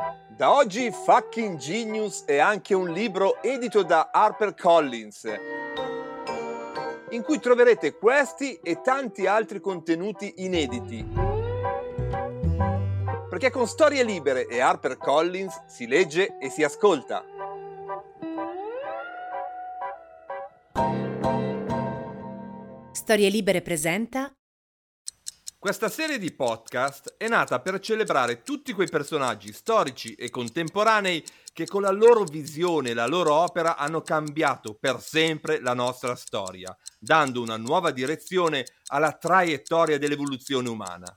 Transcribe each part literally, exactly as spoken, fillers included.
Da oggi Fucking Genius è anche un libro edito da HarperCollins, in cui troverete questi e tanti altri contenuti inediti. Perché con Storie Libere e HarperCollins si legge e si ascolta. Storie Libere presenta. Questa serie di podcast è nata per celebrare tutti quei personaggi storici e contemporanei che con la loro visione e la loro opera hanno cambiato per sempre la nostra storia, dando una nuova direzione alla traiettoria dell'evoluzione umana.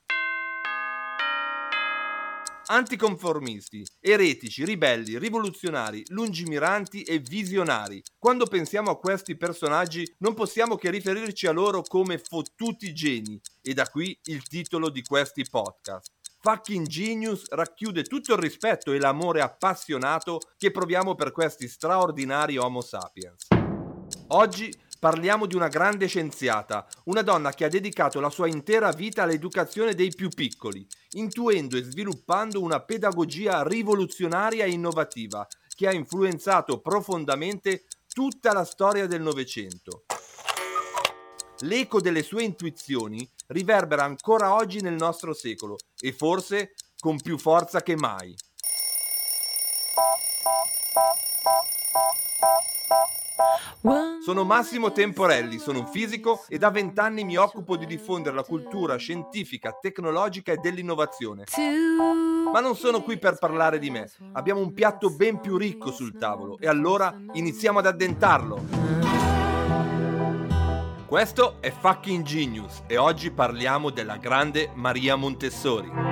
Anticonformisti, eretici, ribelli, rivoluzionari, lungimiranti e visionari. Quando pensiamo a questi personaggi non possiamo che riferirci a loro come fottuti geni, e da qui il titolo di questi podcast. Fucking Genius racchiude tutto il rispetto e l'amore appassionato che proviamo per questi straordinari Homo sapiens. Oggi parliamo di una grande scienziata, una donna che ha dedicato la sua intera vita all'educazione dei più piccoli, intuendo e sviluppando una pedagogia rivoluzionaria e innovativa che ha influenzato profondamente tutta la storia del Novecento. L'eco delle sue intuizioni riverbera ancora oggi nel nostro secolo e forse con più forza che mai. Sono Massimo Temporelli, sono un fisico e da vent'anni mi occupo di diffondere la cultura scientifica, tecnologica e dell'innovazione. Ma non sono qui per parlare di me, abbiamo un piatto ben più ricco sul tavolo e allora iniziamo ad addentarlo. Questo è Fucking Genius e oggi parliamo della grande Maria Montessori.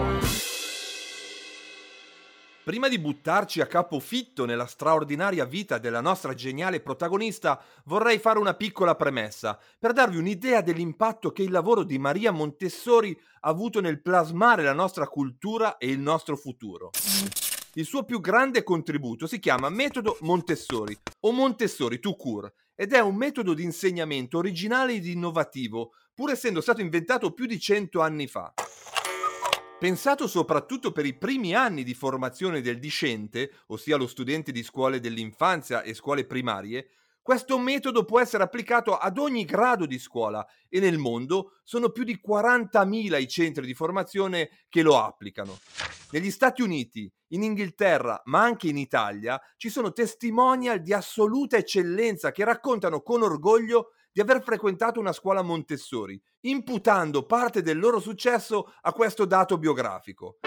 Prima di buttarci a capofitto nella straordinaria vita della nostra geniale protagonista, vorrei fare una piccola premessa per darvi un'idea dell'impatto che il lavoro di Maria Montessori ha avuto nel plasmare la nostra cultura e il nostro futuro. Il suo più grande contributo si chiama Metodo Montessori o Montessori tout court ed è un metodo di insegnamento originale ed innovativo, pur essendo stato inventato più di cento anni fa. Pensato soprattutto per i primi anni di formazione del discente, ossia lo studente di scuole dell'infanzia e scuole primarie, questo metodo può essere applicato ad ogni grado di scuola e nel mondo sono più di quarantamila i centri di formazione che lo applicano. Negli Stati Uniti, in Inghilterra, ma anche in Italia, ci sono testimonial di assoluta eccellenza che raccontano con orgoglio di aver frequentato una scuola Montessori, imputando parte del loro successo a questo dato biografico.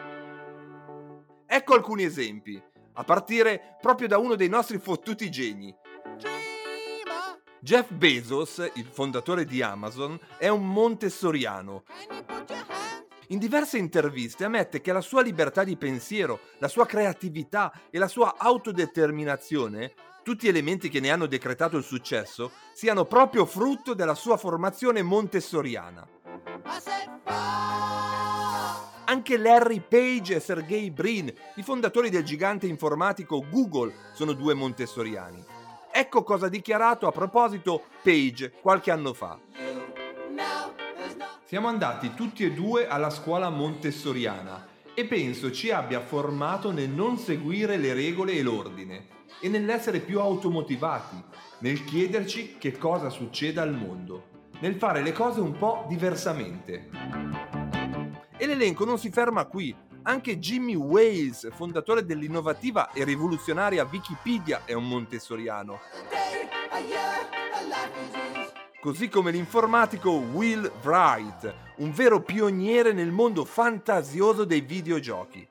Ecco alcuni esempi, a partire proprio da uno dei nostri fottuti geni. Jeff Bezos, il fondatore di Amazon, è un montessoriano. In diverse interviste ammette che la sua libertà di pensiero, la sua creatività e la sua autodeterminazione, tutti elementi che ne hanno decretato il successo, siano proprio frutto della sua formazione montessoriana. Anche Larry Page e Sergey Brin, i fondatori del gigante informatico Google, sono due montessoriani. Ecco cosa ha dichiarato a proposito Page qualche anno fa. Siamo andati tutti e due alla scuola montessoriana e penso ci abbia formato nel non seguire le regole e l'ordine e nell'essere più automotivati, nel chiederci che cosa succeda al mondo, nel fare le cose un po' diversamente. E l'elenco non si ferma qui. Anche Jimmy Wales, fondatore dell'innovativa e rivoluzionaria Wikipedia, è un montessoriano. Così come l'informatico Will Wright, un vero pioniere nel mondo fantasioso dei videogiochi.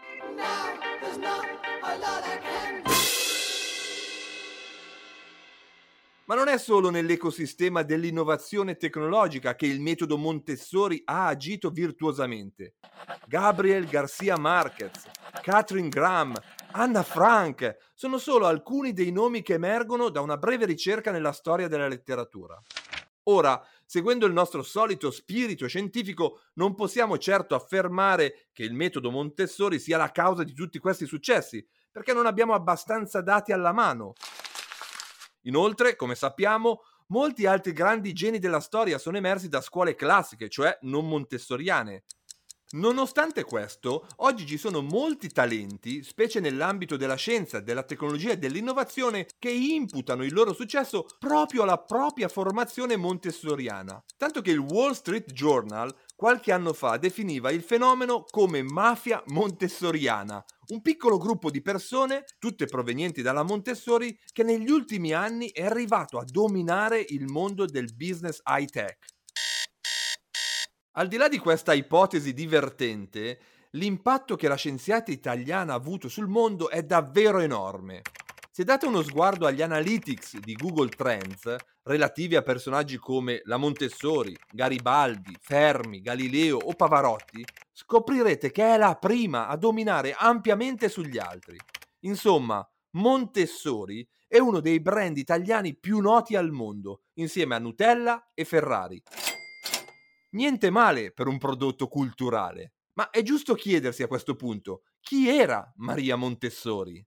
Ma non è solo nell'ecosistema dell'innovazione tecnologica che il metodo Montessori ha agito virtuosamente. Gabriel Garcia Marquez, Katharine Graham, Anna Frank sono solo alcuni dei nomi che emergono da una breve ricerca nella storia della letteratura. Ora, seguendo il nostro solito spirito scientifico, non possiamo certo affermare che il metodo Montessori sia la causa di tutti questi successi, perché non abbiamo abbastanza dati alla mano. Inoltre, come sappiamo, molti altri grandi geni della storia sono emersi da scuole classiche, cioè non montessoriane. Nonostante questo, oggi ci sono molti talenti, specie nell'ambito della scienza, della tecnologia e dell'innovazione, che imputano il loro successo proprio alla propria formazione montessoriana. Tanto che il Wall Street Journal qualche anno fa definiva il fenomeno come mafia montessoriana, un piccolo gruppo di persone, tutte provenienti dalla Montessori, che negli ultimi anni è arrivato a dominare il mondo del business high-tech. Al di là di questa ipotesi divertente, l'impatto che la scienziata italiana ha avuto sul mondo è davvero enorme. Se date uno sguardo agli analytics di Google Trends, relativi a personaggi come la Montessori, Garibaldi, Fermi, Galileo o Pavarotti, scoprirete che è la prima a dominare ampiamente sugli altri. Insomma, Montessori è uno dei brand italiani più noti al mondo, insieme a Nutella e Ferrari. Niente male per un prodotto culturale, ma è giusto chiedersi a questo punto: chi era Maria Montessori?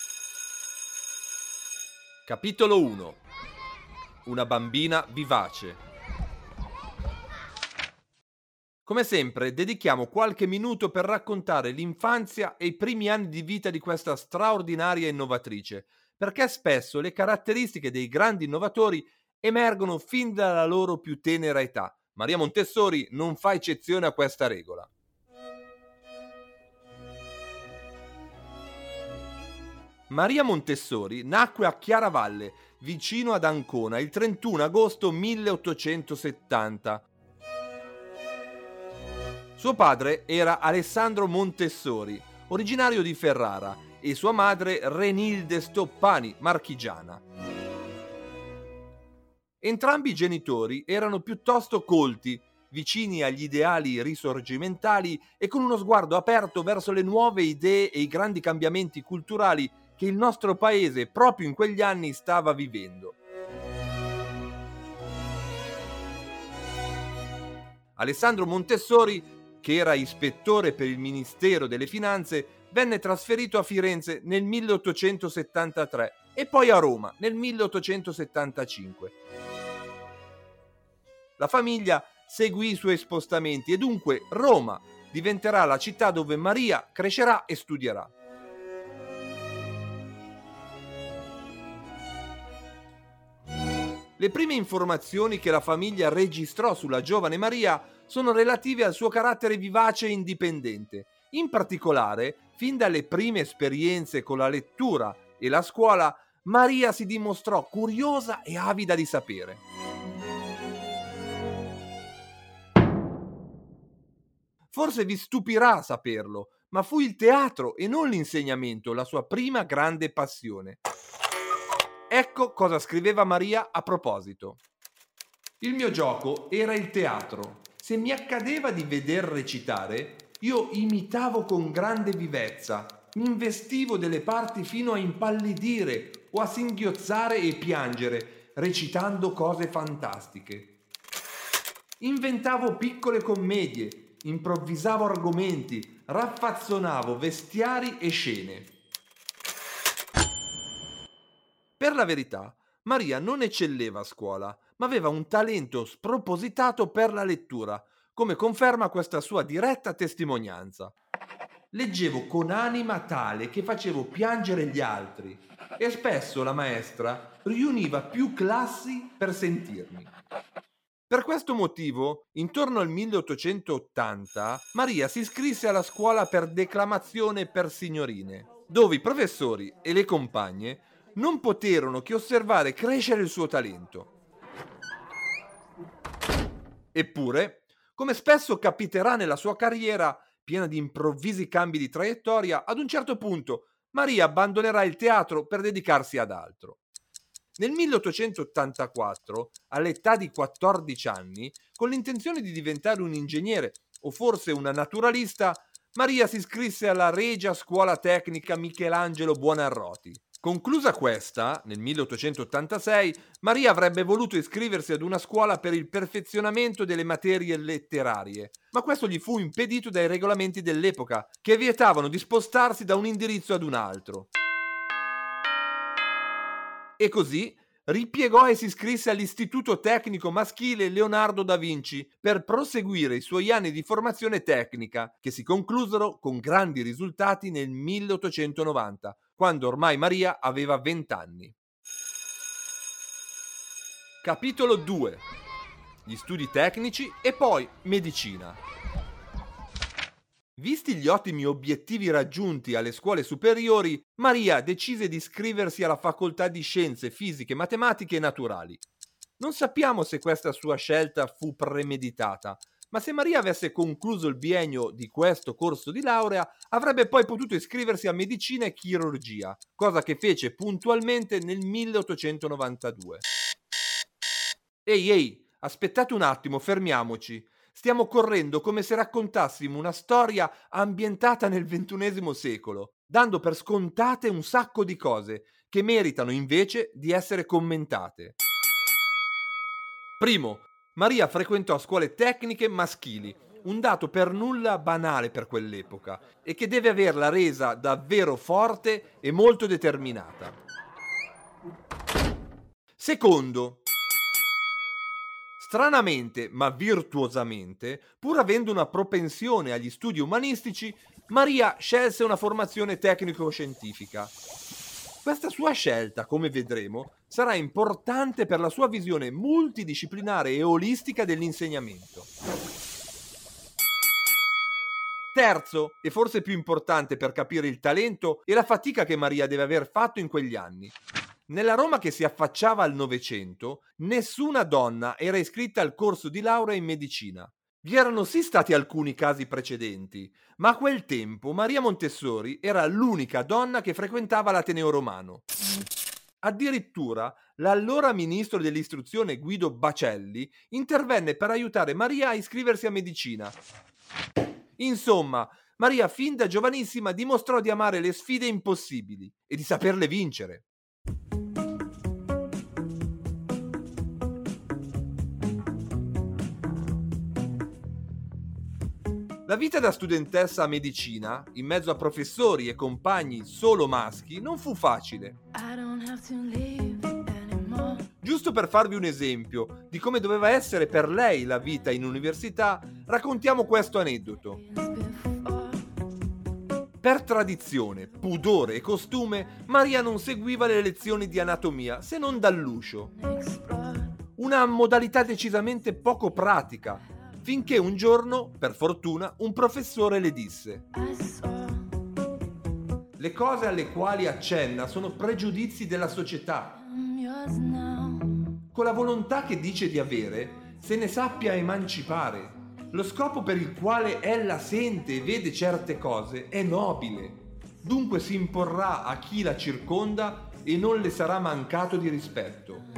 Capitolo uno. Una bambina vivace. Come sempre, dedichiamo qualche minuto per raccontare l'infanzia e i primi anni di vita di questa straordinaria innovatrice, perché spesso le caratteristiche dei grandi innovatori emergono fin dalla loro più tenera età. Maria Montessori non fa eccezione a questa regola. Maria Montessori nacque a Chiaravalle, vicino ad Ancona, il trentuno agosto milleottocentosettanta. Suo padre era Alessandro Montessori, originario di Ferrara, e sua madre Renilde Stoppani, marchigiana. Entrambi i genitori erano piuttosto colti, vicini agli ideali risorgimentali e con uno sguardo aperto verso le nuove idee e i grandi cambiamenti culturali che il nostro paese proprio in quegli anni stava vivendo. Alessandro Montessori, che era ispettore per il Ministero delle Finanze, venne trasferito a Firenze nel milleottocentosettantatré e poi a Roma nel milleottocentosettantacinque. La famiglia seguì i suoi spostamenti e dunque Roma diventerà la città dove Maria crescerà e studierà. Le prime informazioni che la famiglia registrò sulla giovane Maria sono relative al suo carattere vivace e indipendente. In particolare, fin dalle prime esperienze con la lettura e la scuola, Maria si dimostrò curiosa e avida di sapere. Forse vi stupirà saperlo, ma fu il teatro e non l'insegnamento la sua prima grande passione. Ecco cosa scriveva Maria a proposito. Il mio gioco era il teatro. Se mi accadeva di veder recitare, io imitavo con grande vivezza, mi investivo delle parti fino a impallidire o a singhiozzare e piangere, recitando cose fantastiche. Inventavo piccole commedie, improvvisavo argomenti, raffazzonavo vestiari e scene. Per la verità, Maria non eccelleva a scuola, ma aveva un talento spropositato per la lettura, come conferma questa sua diretta testimonianza. Leggevo con anima tale che facevo piangere gli altri e spesso la maestra riuniva più classi per sentirmi. Per questo motivo, intorno al milleottocentottanta, Maria si iscrisse alla scuola per declamazione per signorine, dove i professori e le compagne non poterono che osservare crescere il suo talento. Eppure, come spesso capiterà nella sua carriera, piena di improvvisi cambi di traiettoria, ad un certo punto Maria abbandonerà il teatro per dedicarsi ad altro. Nel milleottocentottantaquattro, all'età di quattordici anni, con l'intenzione di diventare un ingegnere o forse una naturalista, Maria si iscrisse alla Regia Scuola Tecnica Michelangelo Buonarroti. Conclusa questa, nel milleottocentottantasei, Maria avrebbe voluto iscriversi ad una scuola per il perfezionamento delle materie letterarie, ma questo gli fu impedito dai regolamenti dell'epoca, che vietavano di spostarsi da un indirizzo ad un altro. E così ripiegò e si iscrisse all'Istituto Tecnico Maschile Leonardo da Vinci per proseguire i suoi anni di formazione tecnica, che si conclusero con grandi risultati nel milleottocentonovanta, quando ormai Maria aveva venti anni. Capitolo due. Gli studi tecnici e poi medicina. Visti gli ottimi obiettivi raggiunti alle scuole superiori, Maria decise di iscriversi alla facoltà di Scienze Fisiche, Matematiche e Naturali. Non sappiamo se questa sua scelta fu premeditata, ma se Maria avesse concluso il biennio di questo corso di laurea, avrebbe poi potuto iscriversi a Medicina e Chirurgia, cosa che fece puntualmente nel milleottocentonovantadue. Ehi, ehi, aspettate un attimo, fermiamoci. Stiamo correndo come se raccontassimo una storia ambientata nel ventunesimo secolo, dando per scontate un sacco di cose che meritano invece di essere commentate. Primo, Maria frequentò scuole tecniche maschili, un dato per nulla banale per quell'epoca e che deve averla resa davvero forte e molto determinata. Secondo, stranamente, ma virtuosamente, pur avendo una propensione agli studi umanistici, Maria scelse una formazione tecnico-scientifica. Questa sua scelta, come vedremo, sarà importante per la sua visione multidisciplinare e olistica dell'insegnamento. Terzo, e forse più importante per capire il talento e la fatica che Maria deve aver fatto in quegli anni. Nella Roma che si affacciava al Novecento, nessuna donna era iscritta al corso di laurea in medicina. Vi erano sì stati alcuni casi precedenti, ma a quel tempo Maria Montessori era l'unica donna che frequentava l'Ateneo Romano. Addirittura l'allora ministro dell'istruzione Guido Bacelli intervenne per aiutare Maria a iscriversi a medicina. Insomma, Maria fin da giovanissima dimostrò di amare le sfide impossibili e di saperle vincere. La vita da studentessa a medicina, in mezzo a professori e compagni solo maschi, non fu facile. Giusto per farvi un esempio di come doveva essere per lei la vita in università, raccontiamo questo aneddoto. Per tradizione, pudore e costume, Maria non seguiva le lezioni di anatomia se non dall'uscio. Una modalità decisamente poco pratica, finché un giorno, per fortuna, un professore le disse: le cose alle quali accenna sono pregiudizi della società. Con la volontà che dice di avere, se ne sappia emancipare. Lo scopo per il quale ella sente e vede certe cose è nobile. Dunque si imporrà a chi la circonda e non le sarà mancato di rispetto.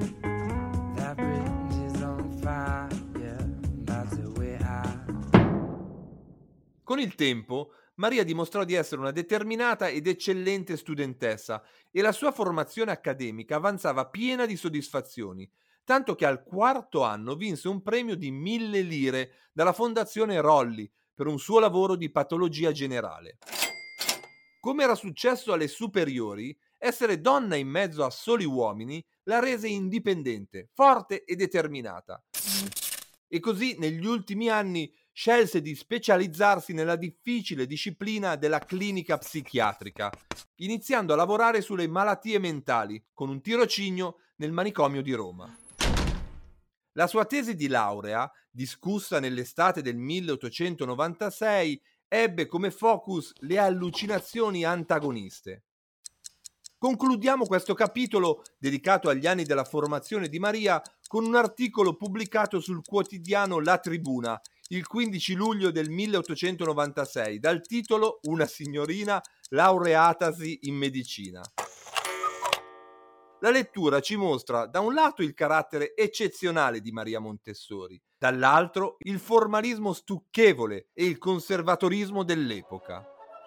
Con il tempo, Maria dimostrò di essere una determinata ed eccellente studentessa e la sua formazione accademica avanzava piena di soddisfazioni, tanto che al quarto anno vinse un premio di mille lire dalla Fondazione Rolli per un suo lavoro di patologia generale. Come era successo alle superiori, essere donna in mezzo a soli uomini la rese indipendente, forte e determinata. E così negli ultimi anni scelse di specializzarsi nella difficile disciplina della clinica psichiatrica, iniziando a lavorare sulle malattie mentali con un tirocinio nel manicomio di Roma. La sua tesi di laurea, discussa nell'estate del milleottocentonovantasei, ebbe come focus le allucinazioni antagoniste. Concludiamo questo capitolo dedicato agli anni della formazione di Maria con un articolo pubblicato sul quotidiano La Tribuna il quindici luglio del milleottocentonovantasei dal titolo Una signorina laureatasi in medicina. La lettura ci mostra da un lato il carattere eccezionale di Maria Montessori, dall'altro il formalismo stucchevole e il conservatorismo dell'epoca.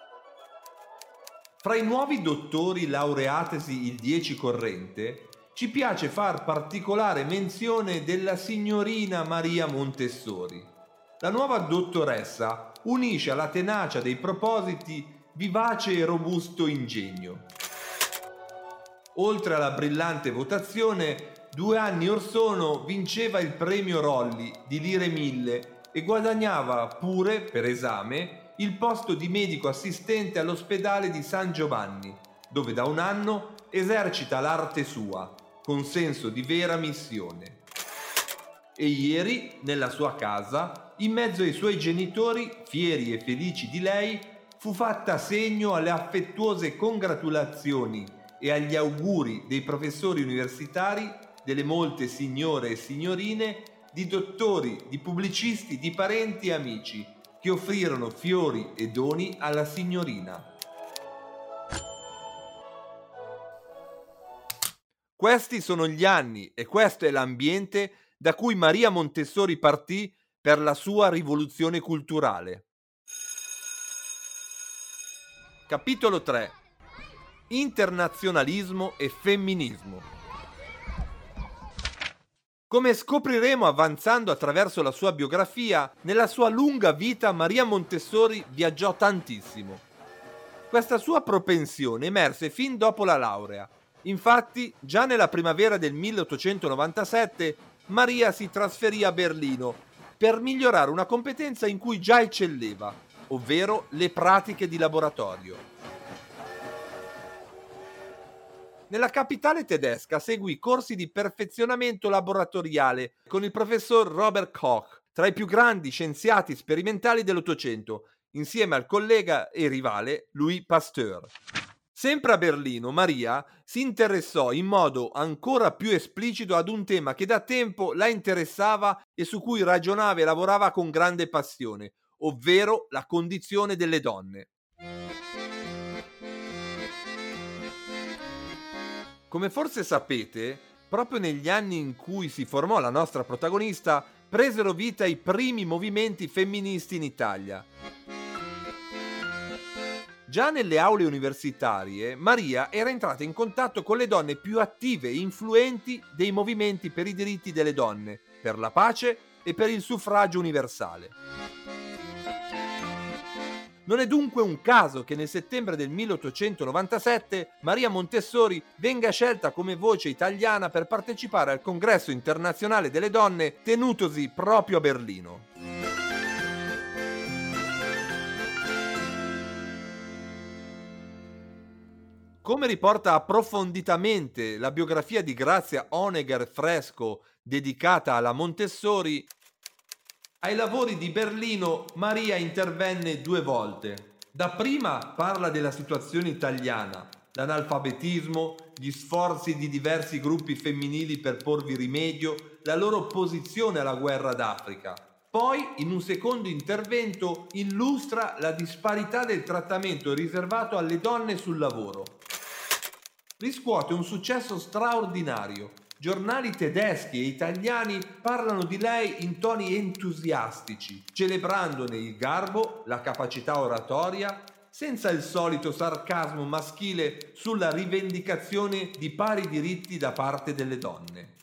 Fra i nuovi dottori laureatesi il dieci corrente, ci piace far particolare menzione della signorina Maria Montessori. La nuova dottoressa unisce alla tenacia dei propositi vivace e robusto ingegno. Oltre alla brillante votazione, due anni or sono vinceva il premio Rolli di lire mille e guadagnava pure, per esame, il posto di medico assistente all'ospedale di San Giovanni, dove da un anno esercita l'arte sua, con senso di vera missione. E ieri, nella sua casa, in mezzo ai suoi genitori, fieri e felici di lei, fu fatta segno alle affettuose congratulazioni e agli auguri dei professori universitari, delle molte signore e signorine, di dottori, di pubblicisti, di parenti e amici, che offrirono fiori e doni alla signorina. Questi sono gli anni e questo è l'ambiente da cui Maria Montessori partì per la sua rivoluzione culturale. Capitolo tre. Internazionalismo e femminismo. Come scopriremo avanzando attraverso la sua biografia, nella sua lunga vita Maria Montessori viaggiò tantissimo. Questa sua propensione emerse fin dopo la laurea. Infatti, già nella primavera del milleottocentonovantasette, Maria si trasferì a Berlino per migliorare una competenza in cui già eccelleva, ovvero le pratiche di laboratorio. Nella capitale tedesca seguì corsi di perfezionamento laboratoriale con il professor Robert Koch, tra i più grandi scienziati sperimentali dell'Ottocento, insieme al collega e rivale Louis Pasteur. Sempre a Berlino, Maria si interessò in modo ancora più esplicito ad un tema che da tempo la interessava e su cui ragionava e lavorava con grande passione, ovvero la condizione delle donne. Come forse sapete, proprio negli anni in cui si formò la nostra protagonista, presero vita i primi movimenti femministi in Italia. Già nelle aule universitarie, Maria era entrata in contatto con le donne più attive e influenti dei movimenti per i diritti delle donne, per la pace e per il suffragio universale. Non è dunque un caso che nel settembre del milleottocentonovantasette Maria Montessori venga scelta come voce italiana per partecipare al Congresso internazionale delle donne tenutosi proprio a Berlino. Come riporta approfonditamente la biografia di Grazia Honegger Fresco dedicata alla Montessori, ai lavori di Berlino Maria intervenne due volte. Dapprima parla della situazione italiana, l'analfabetismo, gli sforzi di diversi gruppi femminili per porvi rimedio, la loro opposizione alla guerra d'Africa. Poi, in un secondo intervento, illustra la disparità del trattamento riservato alle donne sul lavoro. Riscuote un successo straordinario. Giornali tedeschi e italiani parlano di lei in toni entusiastici, celebrandone il garbo, la capacità oratoria, senza il solito sarcasmo maschile sulla rivendicazione di pari diritti da parte delle donne.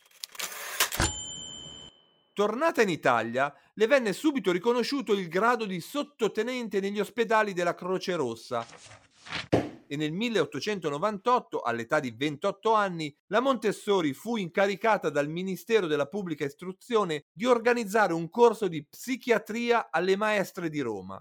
Tornata in Italia, le venne subito riconosciuto il grado di sottotenente negli ospedali della Croce Rossa e nel milleottocentonovantotto, all'età di ventotto anni, la Montessori fu incaricata dal Ministero della Pubblica Istruzione di organizzare un corso di psichiatria alle maestre di Roma.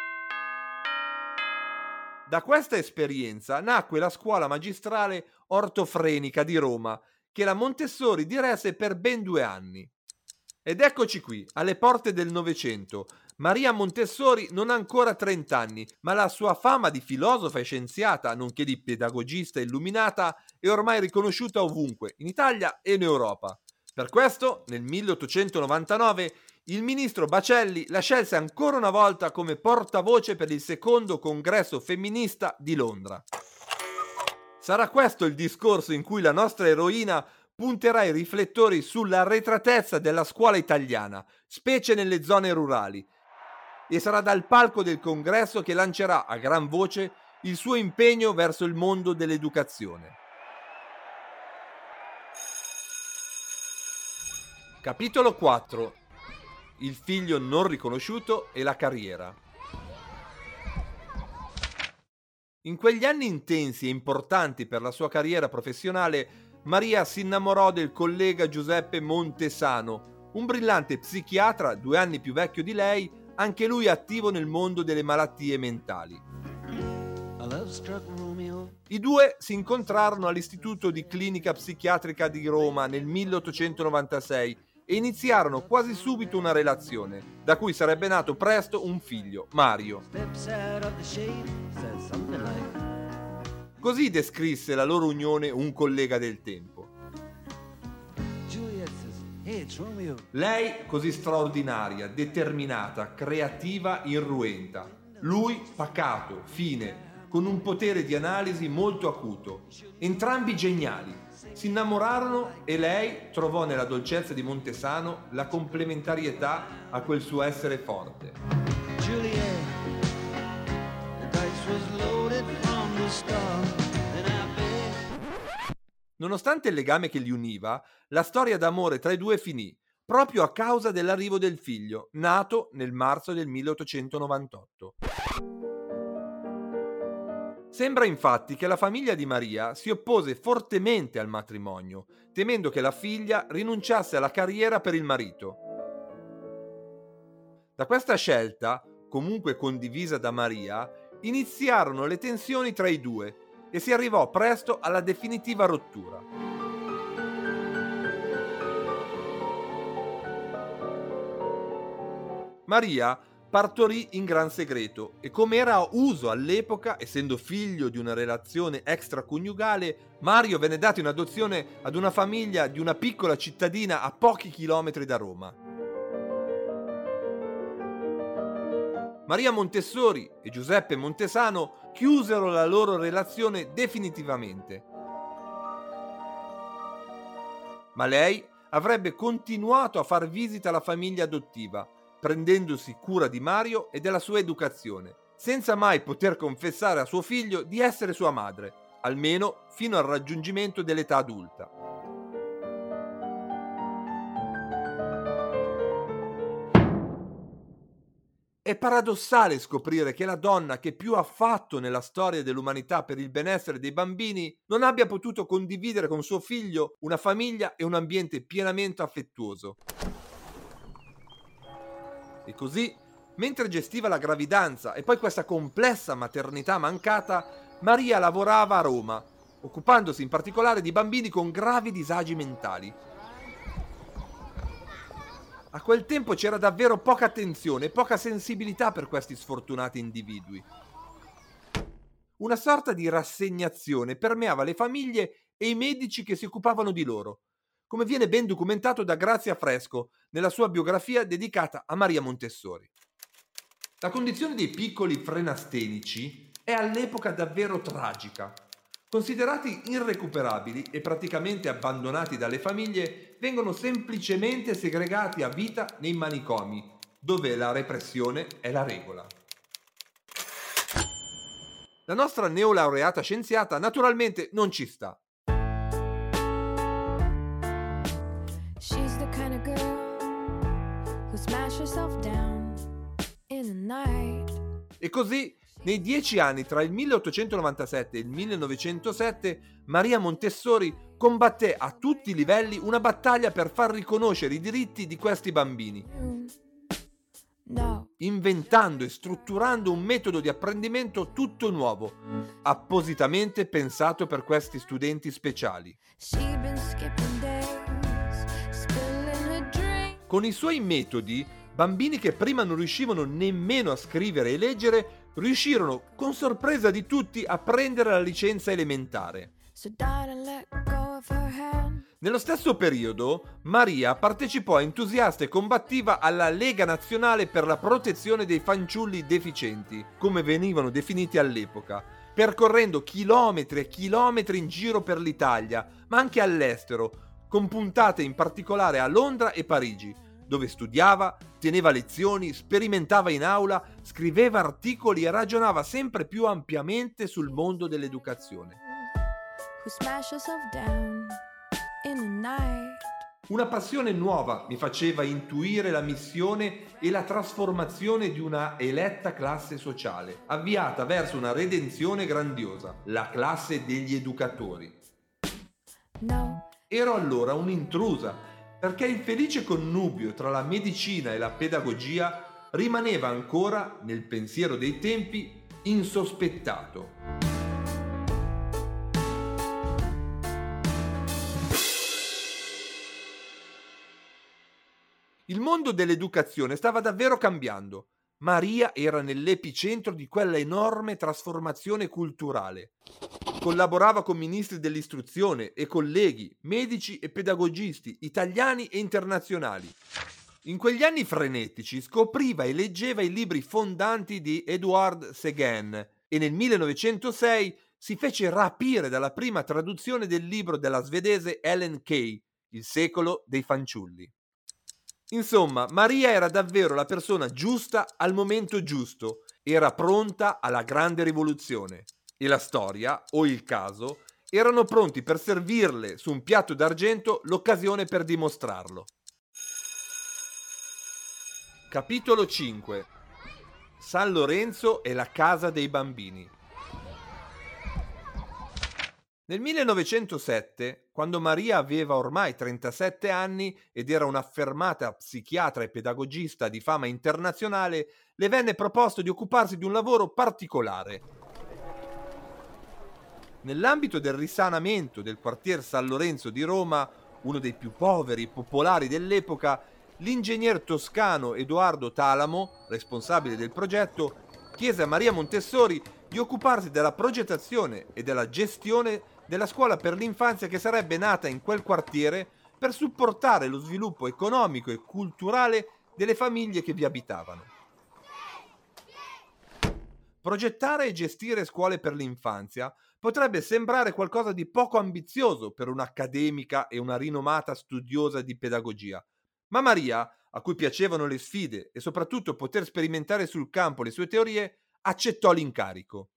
Da questa esperienza nacque la scuola magistrale ortofrenica di Roma, che la Montessori diresse per ben due anni. Ed eccoci qui, alle porte del Novecento. Maria Montessori non ha ancora trenta anni, ma la sua fama di filosofa e scienziata, nonché di pedagogista illuminata, è ormai riconosciuta ovunque, in Italia e in Europa. Per questo, nel milleottocentonovantanove, il ministro Bacelli la scelse ancora una volta come portavoce per il secondo congresso femminista di Londra. Sarà questo il discorso in cui la nostra eroina punterà i riflettori sull'arretratezza della scuola italiana, specie nelle zone rurali, e sarà dal palco del congresso che lancerà a gran voce il suo impegno verso il mondo dell'educazione. Capitolo quattro. Il figlio non riconosciuto e la carriera. In quegli anni intensi e importanti per la sua carriera professionale, Maria si innamorò del collega Giuseppe Montesano, un brillante psichiatra due anni più vecchio di lei, anche lui attivo nel mondo delle malattie mentali. I due si incontrarono all'Istituto di Clinica Psichiatrica di Roma nel milleottocentonovantasei e iniziarono quasi subito una relazione, da cui sarebbe nato presto un figlio, Mario. Così descrisse la loro unione un collega del tempo. Lei così straordinaria, determinata, creativa, irruenta. Lui pacato, fine, con un potere di analisi molto acuto. Entrambi geniali. Si innamorarono e lei trovò nella dolcezza di Montesano la complementarietà a quel suo essere forte. Nonostante il legame che li univa, la storia d'amore tra i due finì, proprio a causa dell'arrivo del figlio, nato nel marzo del milleottocentonovantotto. Sembra infatti che la famiglia di Maria si oppose fortemente al matrimonio, temendo che la figlia rinunciasse alla carriera per il marito. Da questa scelta, comunque condivisa da Maria, iniziarono le tensioni tra i due e si arrivò presto alla definitiva rottura. Maria partorì in gran segreto e, come era uso all'epoca, essendo figlio di una relazione extraconiugale, Mario venne dato in adozione ad una famiglia di una piccola cittadina a pochi chilometri da Roma. Maria Montessori e Giuseppe Montesano chiusero la loro relazione definitivamente. Ma lei avrebbe continuato a far visita alla famiglia adottiva, prendendosi cura di Mario e della sua educazione, senza mai poter confessare a suo figlio di essere sua madre, almeno fino al raggiungimento dell'età adulta. È paradossale scoprire che la donna che più ha fatto nella storia dell'umanità per il benessere dei bambini non abbia potuto condividere con suo figlio una famiglia e un ambiente pienamente affettuoso. E così, mentre gestiva la gravidanza e poi questa complessa maternità mancata, Maria lavorava a Roma, occupandosi in particolare di bambini con gravi disagi mentali. A quel tempo c'era davvero poca attenzione e poca sensibilità per questi sfortunati individui. Una sorta di rassegnazione permeava le famiglie e i medici che si occupavano di loro, come viene ben documentato da Grazia Fresco nella sua biografia dedicata a Maria Montessori. La condizione dei piccoli frenastenici è all'epoca davvero tragica. Considerati irrecuperabili e praticamente abbandonati dalle famiglie, vengono semplicemente segregati a vita nei manicomi, dove la repressione è la regola. La nostra neolaureata scienziata naturalmente non ci sta. She's the kind of girl who smashes herself down in a night. E così, nei dieci anni tra il milleottocentonovantasette e il millenovecentosette, Maria Montessori combatté a tutti i livelli una battaglia per far riconoscere i diritti di questi bambini, inventando e strutturando un metodo di apprendimento tutto nuovo, appositamente pensato per questi studenti speciali. Con i suoi metodi, bambini che prima non riuscivano nemmeno a scrivere e leggere riuscirono, con sorpresa di tutti, a prendere la licenza elementare. Nello stesso periodo, Maria partecipò entusiasta e combattiva alla Lega Nazionale per la protezione dei fanciulli deficienti, come venivano definiti all'epoca, percorrendo chilometri e chilometri in giro per l'Italia, ma anche all'estero, con puntate in particolare a Londra e Parigi, dove studiava, teneva lezioni, sperimentava in aula, scriveva articoli e ragionava sempre più ampiamente sul mondo dell'educazione. Una passione nuova mi faceva intuire la missione e la trasformazione di una eletta classe sociale, avviata verso una redenzione grandiosa, la classe degli educatori. No. Ero allora un'intrusa, perché il felice connubio tra la medicina e la pedagogia rimaneva ancora, nel pensiero dei tempi, insospettato. Il mondo dell'educazione stava davvero cambiando. Maria era nell'epicentro di quella enorme trasformazione culturale. Collaborava con ministri dell'istruzione e colleghi, medici e pedagogisti, italiani e internazionali. In quegli anni frenetici scopriva e leggeva i libri fondanti di Edward Seguin e nel millenovecentosei si fece rapire dalla prima traduzione del libro della svedese Ellen Key, Il secolo dei fanciulli. Insomma, Maria era davvero la persona giusta al momento giusto, era pronta alla grande rivoluzione e la storia, o il caso, erano pronti per servirle su un piatto d'argento l'occasione per dimostrarlo. Capitolo cinque. San Lorenzo e la casa dei bambini. Nel millenovecentosette, quando Maria aveva ormai trentasette anni ed era un'affermata psichiatra e pedagogista di fama internazionale, le venne proposto di occuparsi di un lavoro particolare. Nell'ambito del risanamento del quartier San Lorenzo di Roma, uno dei più poveri e popolari dell'epoca, l'ingegner toscano Edoardo Talamo, responsabile del progetto, chiese a Maria Montessori di occuparsi della progettazione e della gestione della scuola per l'infanzia che sarebbe nata in quel quartiere per supportare lo sviluppo economico e culturale delle famiglie che vi abitavano. Progettare e gestire scuole per l'infanzia potrebbe sembrare qualcosa di poco ambizioso per un'accademica e una rinomata studiosa di pedagogia, ma Maria, a cui piacevano le sfide e soprattutto poter sperimentare sul campo le sue teorie, accettò l'incarico.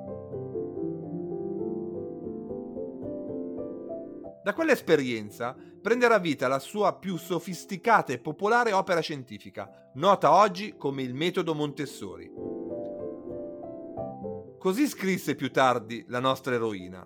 Da quell'esperienza prenderà vita la sua più sofisticata e popolare opera scientifica, nota oggi come il metodo Montessori. Così scrisse più tardi la nostra eroina.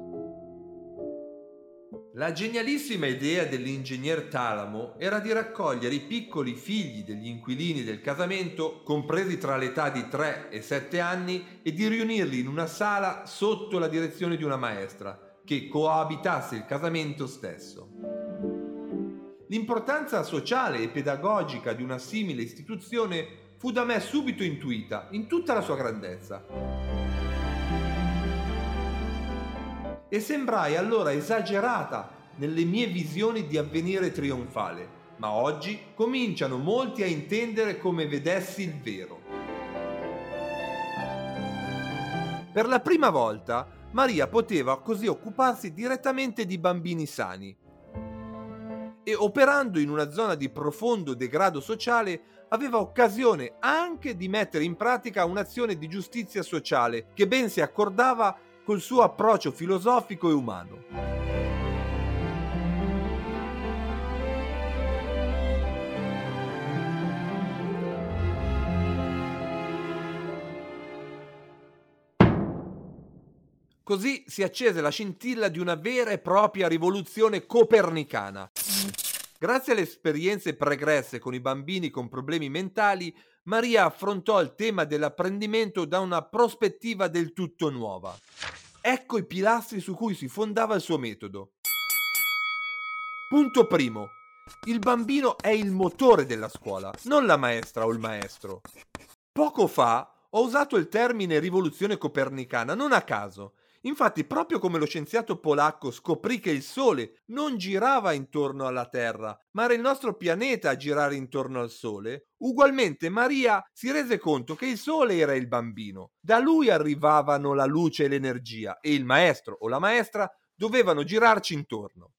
La genialissima idea dell'ingegner Talamo era di raccogliere i piccoli figli degli inquilini del casamento, compresi tra l'età di tre e sette anni, e di riunirli in una sala sotto la direzione di una maestra, che coabitasse il casamento stesso. L'importanza sociale e pedagogica di una simile istituzione fu da me subito intuita in tutta la sua grandezza. E sembrai allora esagerata nelle mie visioni di avvenire trionfale, ma oggi cominciano molti a intendere come vedessi il vero. Per la prima volta Maria poteva così occuparsi direttamente di bambini sani e, operando in una zona di profondo degrado sociale, aveva occasione anche di mettere in pratica un'azione di giustizia sociale che ben si accordava col suo approccio filosofico e umano. Così si accese la scintilla di una vera e propria rivoluzione copernicana. Grazie alle esperienze pregresse con i bambini con problemi mentali, Maria affrontò il tema dell'apprendimento da una prospettiva del tutto nuova. Ecco i pilastri su cui si fondava il suo metodo. Punto primo. Il bambino è il motore della scuola, non la maestra o il maestro. Poco fa ho usato il termine rivoluzione copernicana non a caso. Infatti, proprio come lo scienziato polacco scoprì che il Sole non girava intorno alla Terra, ma era il nostro pianeta a girare intorno al Sole, ugualmente Maria si rese conto che il Sole era il bambino. Da lui arrivavano la luce e l'energia e il maestro o la maestra dovevano girarci intorno.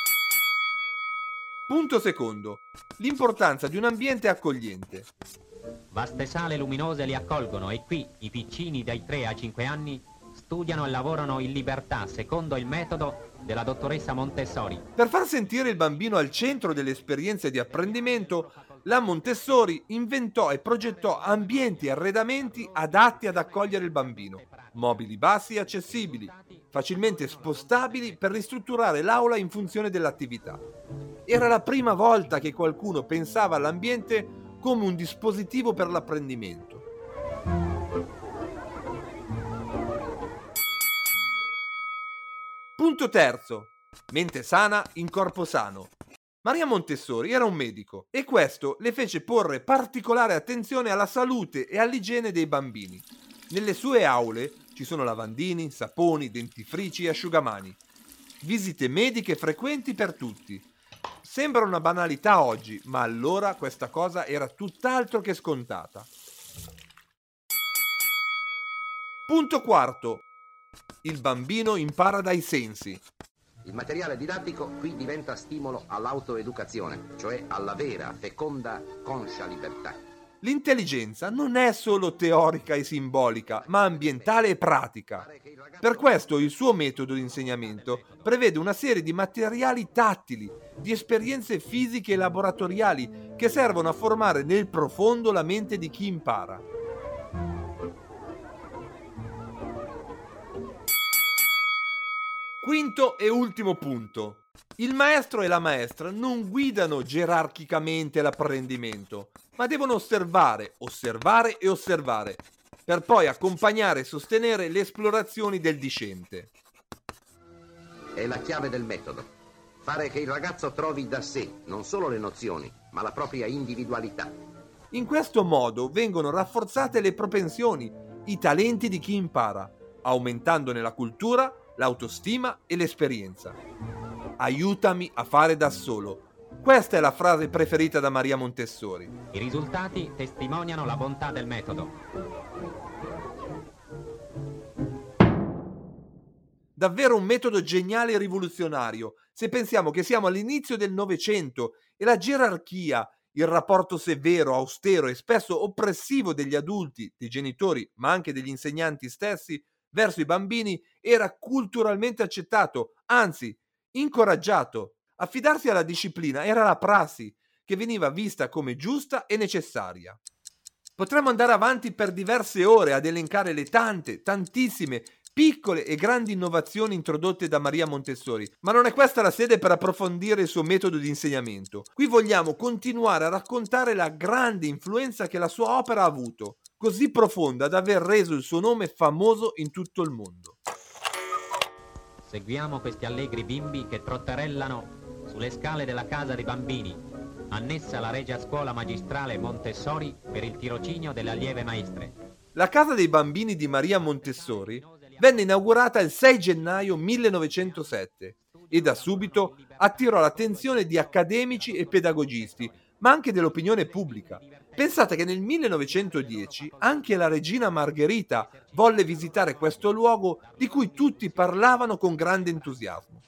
Punto secondo. L'importanza di un ambiente accogliente. Vaste sale luminose li accolgono e qui i piccini dai tre ai cinque anni studiano e lavorano in libertà secondo il metodo della dottoressa Montessori. Per far sentire il bambino al centro delle esperienze di apprendimento, la Montessori inventò e progettò ambienti e arredamenti adatti ad accogliere il bambino, mobili bassi e accessibili, facilmente spostabili per ristrutturare l'aula in funzione dell'attività. Era la prima volta che qualcuno pensava all'ambiente come un dispositivo per l'apprendimento. Punto terzo. Mente sana in corpo sano. Maria Montessori era un medico e questo le fece porre particolare attenzione alla salute e all'igiene dei bambini. Nelle sue aule ci sono lavandini, saponi, dentifrici e asciugamani. Visite mediche frequenti per tutti. Sembra una banalità oggi, ma allora questa cosa era tutt'altro che scontata. Punto quarto. Il bambino impara dai sensi. Il materiale didattico qui diventa stimolo all'autoeducazione, cioè alla vera, feconda, conscia libertà. L'intelligenza non è solo teorica e simbolica, ma ambientale e pratica. Per questo il suo metodo di insegnamento prevede una serie di materiali tattili, di esperienze fisiche e laboratoriali che servono a formare nel profondo la mente di chi impara. Quinto e ultimo punto. Il maestro e la maestra non guidano gerarchicamente l'apprendimento, ma devono osservare, osservare e osservare, per poi accompagnare e sostenere le esplorazioni del discente. È la chiave del metodo. Fare che il ragazzo trovi da sé non solo le nozioni, ma la propria individualità. In questo modo vengono rafforzate le propensioni, i talenti di chi impara, aumentandone la cultura, l'autostima e l'esperienza. Aiutami a fare da solo. Questa è la frase preferita da Maria Montessori. I risultati testimoniano la bontà del metodo. Davvero un metodo geniale e rivoluzionario, se pensiamo che siamo all'inizio del Novecento e la gerarchia, il rapporto severo, austero e spesso oppressivo degli adulti, dei genitori, ma anche degli insegnanti stessi, verso i bambini era culturalmente accettato, anzi incoraggiato. Affidarsi alla disciplina era la prassi che veniva vista come giusta e necessaria. Potremmo andare avanti per diverse ore ad elencare le tante, tantissime, piccole e grandi innovazioni introdotte da Maria Montessori, ma non è questa la sede per approfondire il suo metodo di insegnamento. Qui vogliamo continuare a raccontare la grande influenza che la sua opera ha avuto, così profonda da aver reso il suo nome famoso in tutto il mondo. Seguiamo questi allegri bimbi che trotterellano sulle scale della casa dei bambini, annessa alla Regia Scuola Magistrale Montessori per il tirocinio delle allieve maestre. La casa dei bambini di Maria Montessori venne inaugurata il sei gennaio millenovecentosette e da subito attirò l'attenzione di accademici e pedagogisti, ma anche dell'opinione pubblica. Pensate che nel millenovecentodieci anche la regina Margherita volle visitare questo luogo di cui tutti parlavano con grande entusiasmo.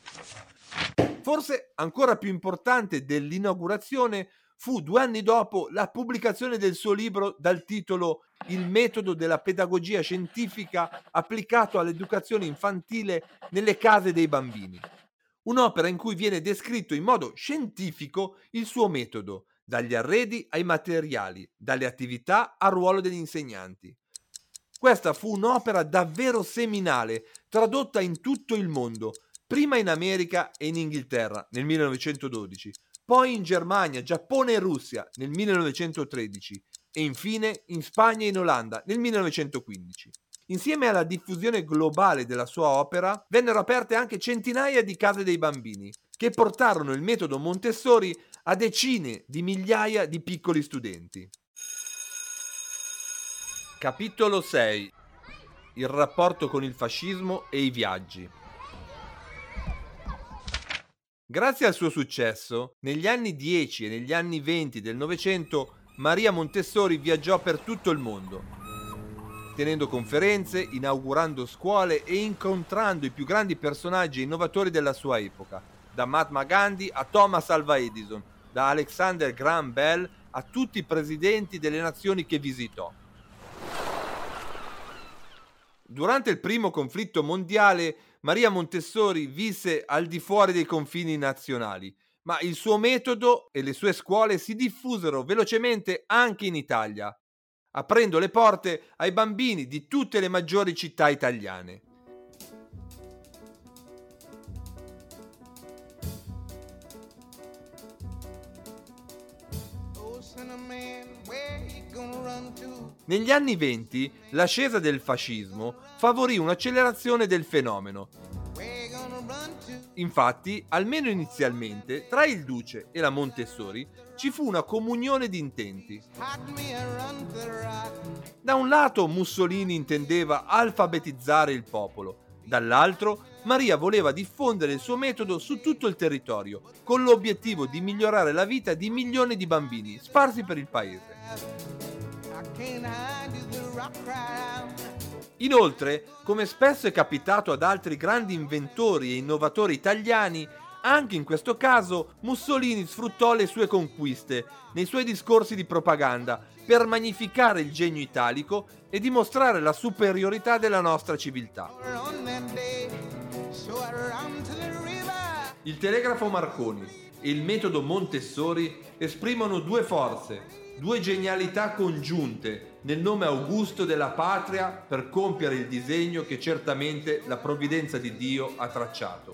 Forse ancora più importante dell'inaugurazione fu due anni dopo la pubblicazione del suo libro dal titolo Il metodo della pedagogia scientifica applicato all'educazione infantile nelle case dei bambini. Un'opera in cui viene descritto in modo scientifico il suo metodo, dagli arredi ai materiali, dalle attività al ruolo degli insegnanti. Questa fu un'opera davvero seminale, tradotta in tutto il mondo, prima in America e in Inghilterra nel millenovecentododici, poi in Germania, Giappone e Russia nel millenovecentotredici e infine in Spagna e in Olanda nel millenovecentoquindici. Insieme alla diffusione globale della sua opera, vennero aperte anche centinaia di case dei bambini, che portarono il metodo Montessori a decine di migliaia di piccoli studenti. Capitolo sei. Il rapporto con il fascismo e i viaggi. Grazie al suo successo, negli anni dieci e negli anni venti del Novecento, Maria Montessori viaggiò per tutto il mondo, tenendo conferenze, inaugurando scuole e incontrando i più grandi personaggi innovatori della sua epoca, da Mahatma Gandhi a Thomas Alva Edison, da Alexander Graham Bell a tutti i presidenti delle nazioni che visitò. Durante il primo conflitto mondiale, Maria Montessori visse al di fuori dei confini nazionali, ma il suo metodo e le sue scuole si diffusero velocemente anche in Italia, aprendo le porte ai bambini di tutte le maggiori città italiane. Negli anni venti l'ascesa del fascismo favorì un'accelerazione del fenomeno. Infatti, almeno inizialmente, tra il Duce e la Montessori ci fu una comunione di intenti. Da un lato Mussolini intendeva alfabetizzare il popolo, dall'altro Maria voleva diffondere il suo metodo su tutto il territorio, con l'obiettivo di migliorare la vita di milioni di bambini sparsi per il paese. Inoltre, come spesso è capitato ad altri grandi inventori e innovatori italiani, anche in questo caso Mussolini sfruttò le sue conquiste nei suoi discorsi di propaganda per magnificare il genio italico e dimostrare la superiorità della nostra civiltà. Il telegrafo Marconi e il metodo Montessori esprimono due forze, due genialità congiunte nel nome augusto della patria per compiere il disegno che certamente la provvidenza di Dio ha tracciato.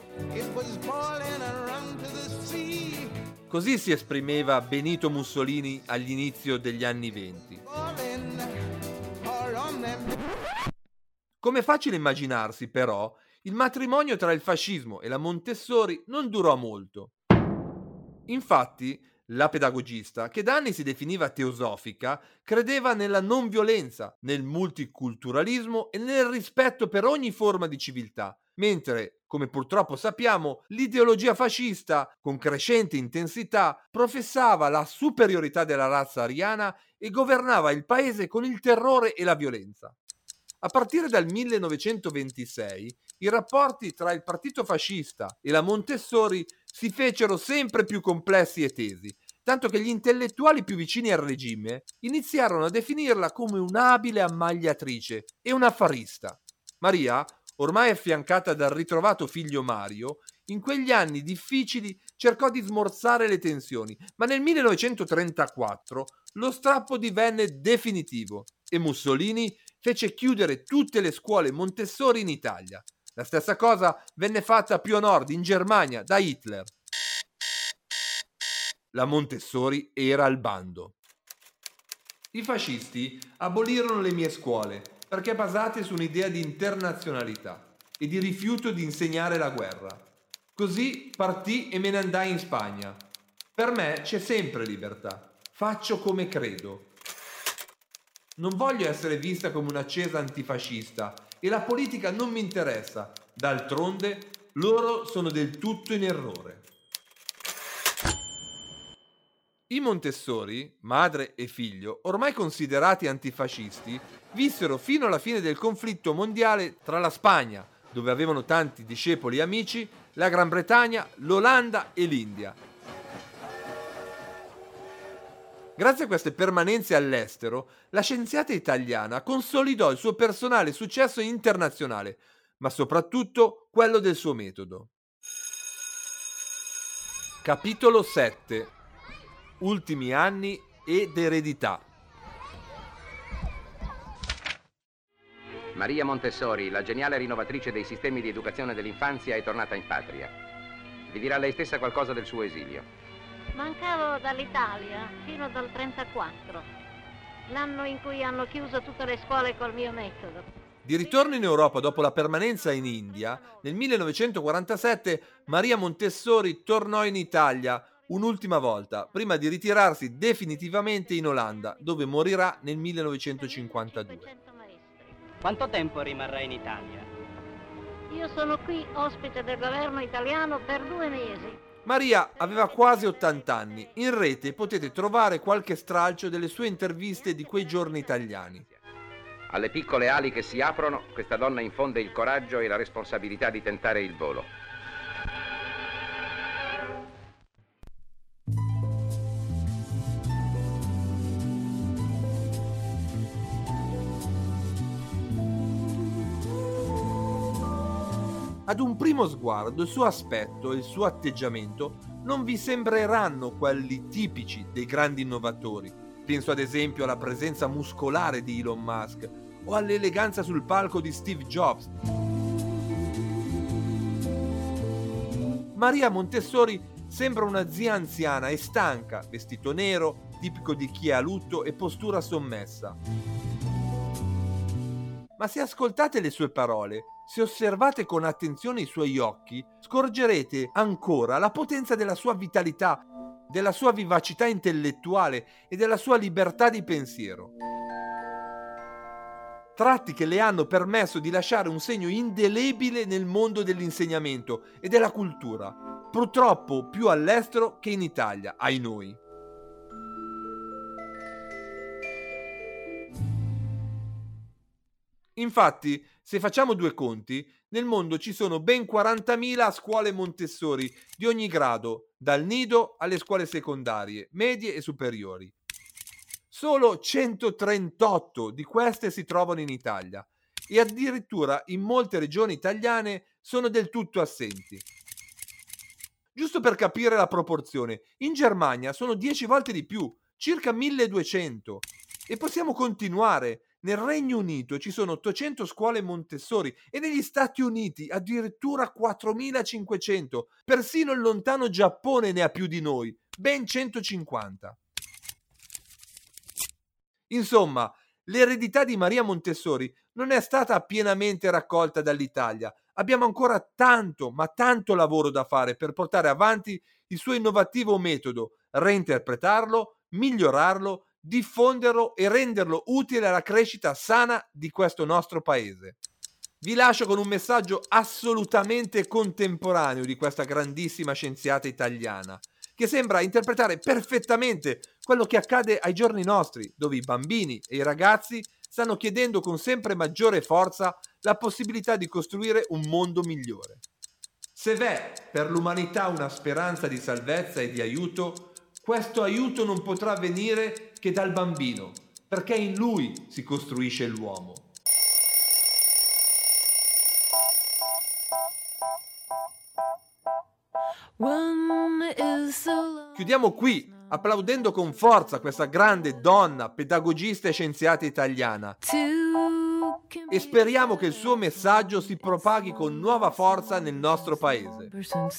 Così si esprimeva Benito Mussolini all'inizio degli anni venti. Come è facile immaginarsi, però, il matrimonio tra il fascismo e la Montessori non durò molto. Infatti, la pedagogista, che da anni si definiva teosofica, credeva nella non violenza, nel multiculturalismo e nel rispetto per ogni forma di civiltà, mentre, come purtroppo sappiamo, l'ideologia fascista, con crescente intensità, professava la superiorità della razza ariana e governava il paese con il terrore e la violenza. A partire dal millenovecentoventisei, i rapporti tra il partito fascista e la Montessori si fecero sempre più complessi e tesi, tanto che gli intellettuali più vicini al regime iniziarono a definirla come un'abile ammagliatrice e un'affarista. Maria, ormai affiancata dal ritrovato figlio Mario, in quegli anni difficili cercò di smorzare le tensioni, ma nel millenovecentotrentaquattro lo strappo divenne definitivo e Mussolini fece chiudere tutte le scuole Montessori in Italia. La stessa cosa venne fatta più a nord, in Germania, da Hitler. La Montessori era al bando. I fascisti abolirono le mie scuole perché basate su un'idea di internazionalità e di rifiuto di insegnare la guerra. Così partì e me ne andai in Spagna. Per me c'è sempre libertà. Faccio come credo. Non voglio essere vista come un'accesa antifascista e la politica non mi interessa. D'altronde, loro sono del tutto in errore. I Montessori, madre e figlio, ormai considerati antifascisti, vissero fino alla fine del conflitto mondiale tra la Spagna, dove avevano tanti discepoli e amici, la Gran Bretagna, l'Olanda e l'India. Grazie a queste permanenze all'estero, la scienziata italiana consolidò il suo personale successo internazionale, ma soprattutto quello del suo metodo. Capitolo sette. Ultimi anni ed eredità. Maria Montessori, la geniale rinnovatrice dei sistemi di educazione dell'infanzia, è tornata in patria. Vi dirà lei stessa qualcosa del suo esilio. Mancavo dall'Italia fino dal trentaquattro, l'anno in cui hanno chiuso tutte le scuole col mio metodo. Di ritorno in Europa dopo la permanenza in India, nel millenovecentoquarantasette Maria Montessori tornò in Italia un'ultima volta, prima di ritirarsi definitivamente in Olanda, dove morirà nel millenovecentocinquantadue. Quanto tempo rimarrà in Italia? Io sono qui ospite del governo italiano per due mesi. Maria aveva quasi ottanta anni. In rete potete trovare qualche stralcio delle sue interviste di quei giorni italiani. Alle piccole ali che si aprono, questa donna infonde il coraggio e la responsabilità di tentare il volo. Ad un primo sguardo il suo aspetto e il suo atteggiamento non vi sembreranno quelli tipici dei grandi innovatori. Penso ad esempio alla presenza muscolare di Elon Musk o all'eleganza sul palco di Steve Jobs. Maria Montessori sembra una zia anziana e stanca, vestito nero, tipico di chi è a lutto e postura sommessa. Ma se ascoltate le sue parole, se osservate con attenzione i suoi occhi, scorgerete ancora la potenza della sua vitalità, della sua vivacità intellettuale e della sua libertà di pensiero. Tratti che le hanno permesso di lasciare un segno indelebile nel mondo dell'insegnamento e della cultura, purtroppo più all'estero che in Italia, ai noi. Infatti, se facciamo due conti, nel mondo ci sono ben quarantamila scuole Montessori di ogni grado, dal nido alle scuole secondarie, medie e superiori. Solo centotrentotto di queste si trovano in Italia e addirittura in molte regioni italiane sono del tutto assenti. Giusto per capire la proporzione, in Germania sono dieci volte di più, circa milleduecento. E possiamo continuare. Nel Regno Unito ci sono ottocento scuole Montessori e negli Stati Uniti addirittura quattromilacinquecento. Persino il lontano Giappone ne ha più di noi, ben centocinquanta. Insomma, l'eredità di Maria Montessori non è stata pienamente raccolta dall'Italia. Abbiamo ancora tanto, ma tanto lavoro da fare per portare avanti il suo innovativo metodo, reinterpretarlo, migliorarlo, diffonderlo e renderlo utile alla crescita sana di questo nostro paese. Vi lascio con un messaggio assolutamente contemporaneo di questa grandissima scienziata italiana, che sembra interpretare perfettamente quello che accade ai giorni nostri, dove i bambini e i ragazzi stanno chiedendo con sempre maggiore forza la possibilità di costruire un mondo migliore. Se v'è per l'umanità una speranza di salvezza e di aiuto, questo aiuto non potrà venire che dal bambino, perché in lui si costruisce l'uomo. Chiudiamo qui, applaudendo con forza questa grande donna, pedagogista e scienziata italiana. E speriamo che il suo messaggio si propaghi con nuova forza nel nostro paese.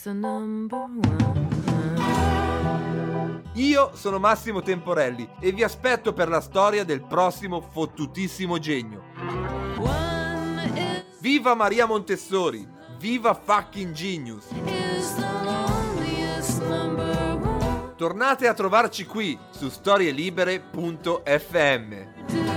Io sono Massimo Temporelli e vi aspetto per la storia del prossimo fottutissimo genio. Viva Maria Montessori! Viva fucking genius! Tornate a trovarci qui su storielibere punto effe emme.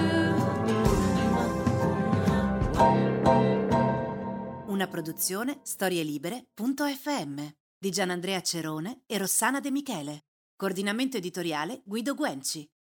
Una produzione storielibere punto effe emme di Gianandrea Cerone e Rossana De Michele. Coordinamento editoriale Guido Guenci.